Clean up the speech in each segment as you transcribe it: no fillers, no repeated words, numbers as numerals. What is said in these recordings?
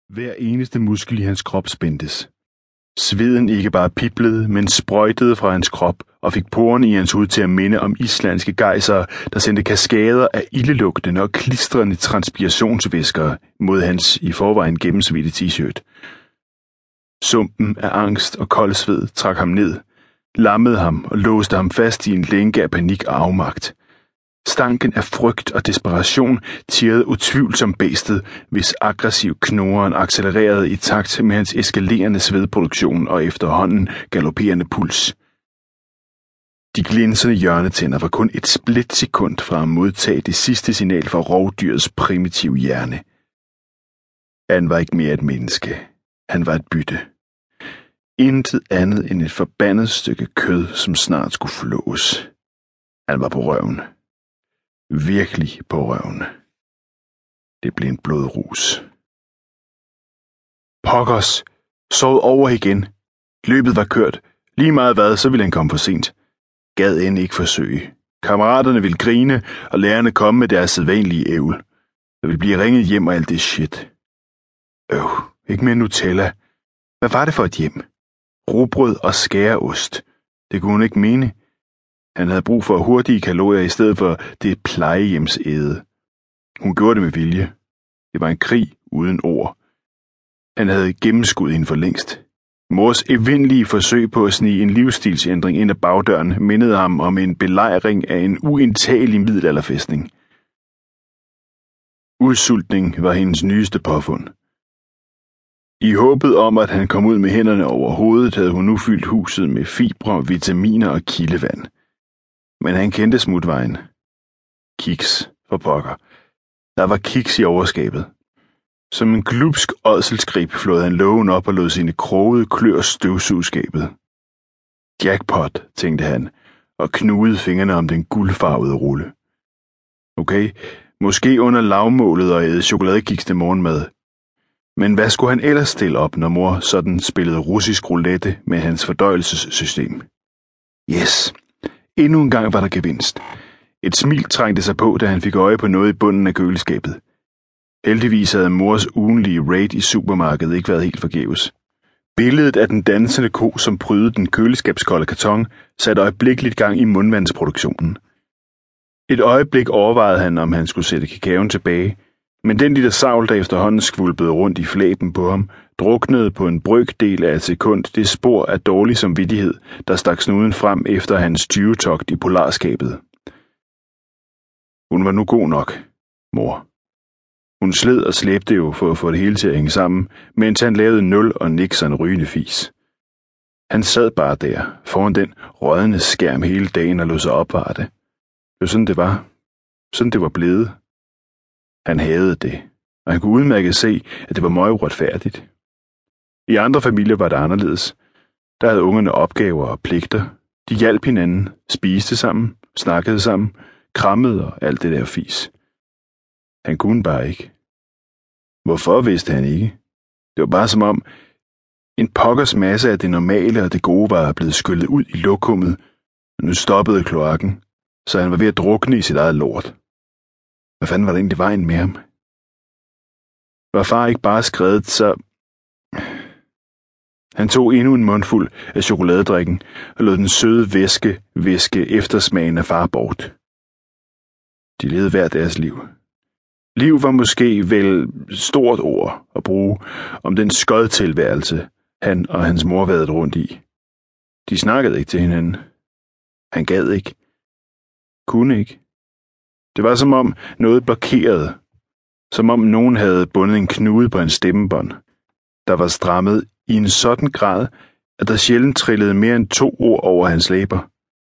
Hver eneste muskel i hans krop spændtes. Sveden ikke bare piblede, men sprøjtede fra hans krop og fik porerne i hans hud til at minde om islandske gejsere, der sendte kaskader af ildelugtende og klistrende transpirationsvæsker mod hans i forvejen gennemsvedte t-shirt. Sumpen af angst og kold sved trak ham ned, lammede ham og låste ham fast i en lænke af panik og afmagt. Stanken af frygt og desperation tirrede utvivlsomt bæstet, hvis aggressiv knoren accelererede i takt med hans eskalerende svedproduktion og efterhånden galopperende puls. De glinsende hjørnetænder var kun et splitsekund fra at modtage det sidste signal fra rovdyrets primitive hjerne. Han var ikke mere et menneske. Han var et bytte. Intet andet end et forbandet stykke kød, som snart skulle flås. Han var på røven. Virkelig på røven. Det blev en blodrus. Pokkers! Sov over igen. Løbet var kørt. Lige meget hvad, så ville han komme for sent. Gad end ikke forsøge. Kammeraterne ville grine, og lærerne komme med deres sædvanlige ævl. Der ville blive ringet hjem og alt det shit. Ikke mere Nutella. Hvad var det for et hjem? Rugbrød og skæreost. Det kunne hun ikke mene. Han havde brug for hurtige kalorier i stedet for det plejehjemsæde. Hun gjorde det med vilje. Det var en krig uden ord. Han havde gennemskudt hende for længst. Mors evindelige forsøg på at snige en livsstilsændring ind ad bagdøren mindede ham om en belejring af en uindtagelig middelalderfæstning. Udsultning var hendes nyeste påfund. I håbet om, at han kom ud med hænderne over hovedet, havde hun nu fyldt huset med fibre, vitaminer og kildevand. Men han kendte smutvejen. Kiks, for pokker. Der var kiks i overskabet. Som en glupsk ådselsgrib flåede han lågen op og lod sine krogede klør støvsuge skabet. Jackpot, tænkte han, og knugede fingrene om den guldfarvede rulle. Okay, måske under lavmålet og æde chokoladekiks til morgenmad. Men hvad skulle han ellers stille op, når mor sådan spillede russisk roulette med hans fordøjelsessystem? Yes, endnu en gang var der gevinst. Et smil trængte sig på, da han fik øje på noget i bunden af køleskabet. Heldigvis havde mors ugenlige raid i supermarkedet ikke været helt forgæves. Billedet af den dansende ko, som prydede den køleskabskolde karton, satte øjeblikkeligt gang i mundvandsproduktionen. Et øjeblik overvejede han, om han skulle sætte kakaoen tilbage, men den lille savl, der efterhånden skvulpede rundt i flæben på ham, druknede på en brøkdel af et sekund det spor af dårlig samvittighed, der stak snuden frem efter hans tyvetogt i polarskabet. Hun var nu god nok, mor. Hun sled og slæbte jo for at få det hele til at hænge sammen, mens han lavede nul og niks og en rygende fis. Han sad bare der, foran den rådne skærm hele dagen og lod sig opvare det. Det var sådan det var. Sådan det var blevet. Han hadede det, og han kunne udmærket se, at det var meget uretfærdigt. I andre familier var det anderledes. Der havde ungerne opgaver og pligter. De hjalp hinanden, spiste sammen, snakkede sammen, krammede og alt det der fis. Han kunne bare ikke. Hvorfor vidste han ikke? Det var bare som om en pokkers masse af det normale og det gode var blevet skyllet ud i lokummet, og nu stoppede kloakken, så han var ved at drukne i sit eget lort. Hvad fanden var det egentlig vejen med ham? Var far ikke bare skredet, så... Han tog endnu en mundfuld af chokoladedrikken og lod den søde væske eftersmagen af far bort. De levede hver deres liv. Liv var måske vel stort ord at bruge om den skodtilværelse, han og hans mor vadede rundt i. De snakkede ikke til hinanden. Han gad ikke. Kunne ikke. Det var som om noget blokerede. Som om nogen havde bundet en knude på en stemmebånd, der var strammet i en sådan grad, at der sjældent trillede mere end 2 ord over hans læber.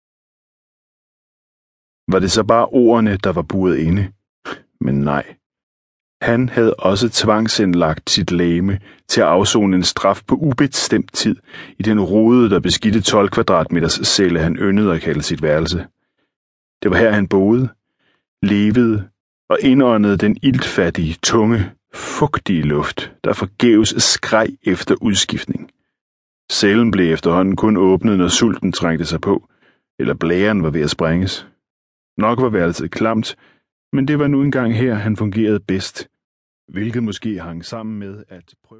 Var det så bare ordene, der var buret inde? Men nej. Han havde også tvangsindlagt sit legeme til at afsone en straf på ubestemt tid i den rodede, der beskidte 12 kvadratmeters celle, han yndede at kalde sit værelse. Det var her, han boede, levede og indåndede den iltfattige, tunge, fugtige luft, der forgæves skreg efter udskiftning. Cellen blev efterhånden kun åbnet, når sulten trængte sig på, eller blæren var ved at sprænges. Nok var værelset klamt, men det var nu engang her, han fungerede bedst, hvilket måske hang sammen med at prøve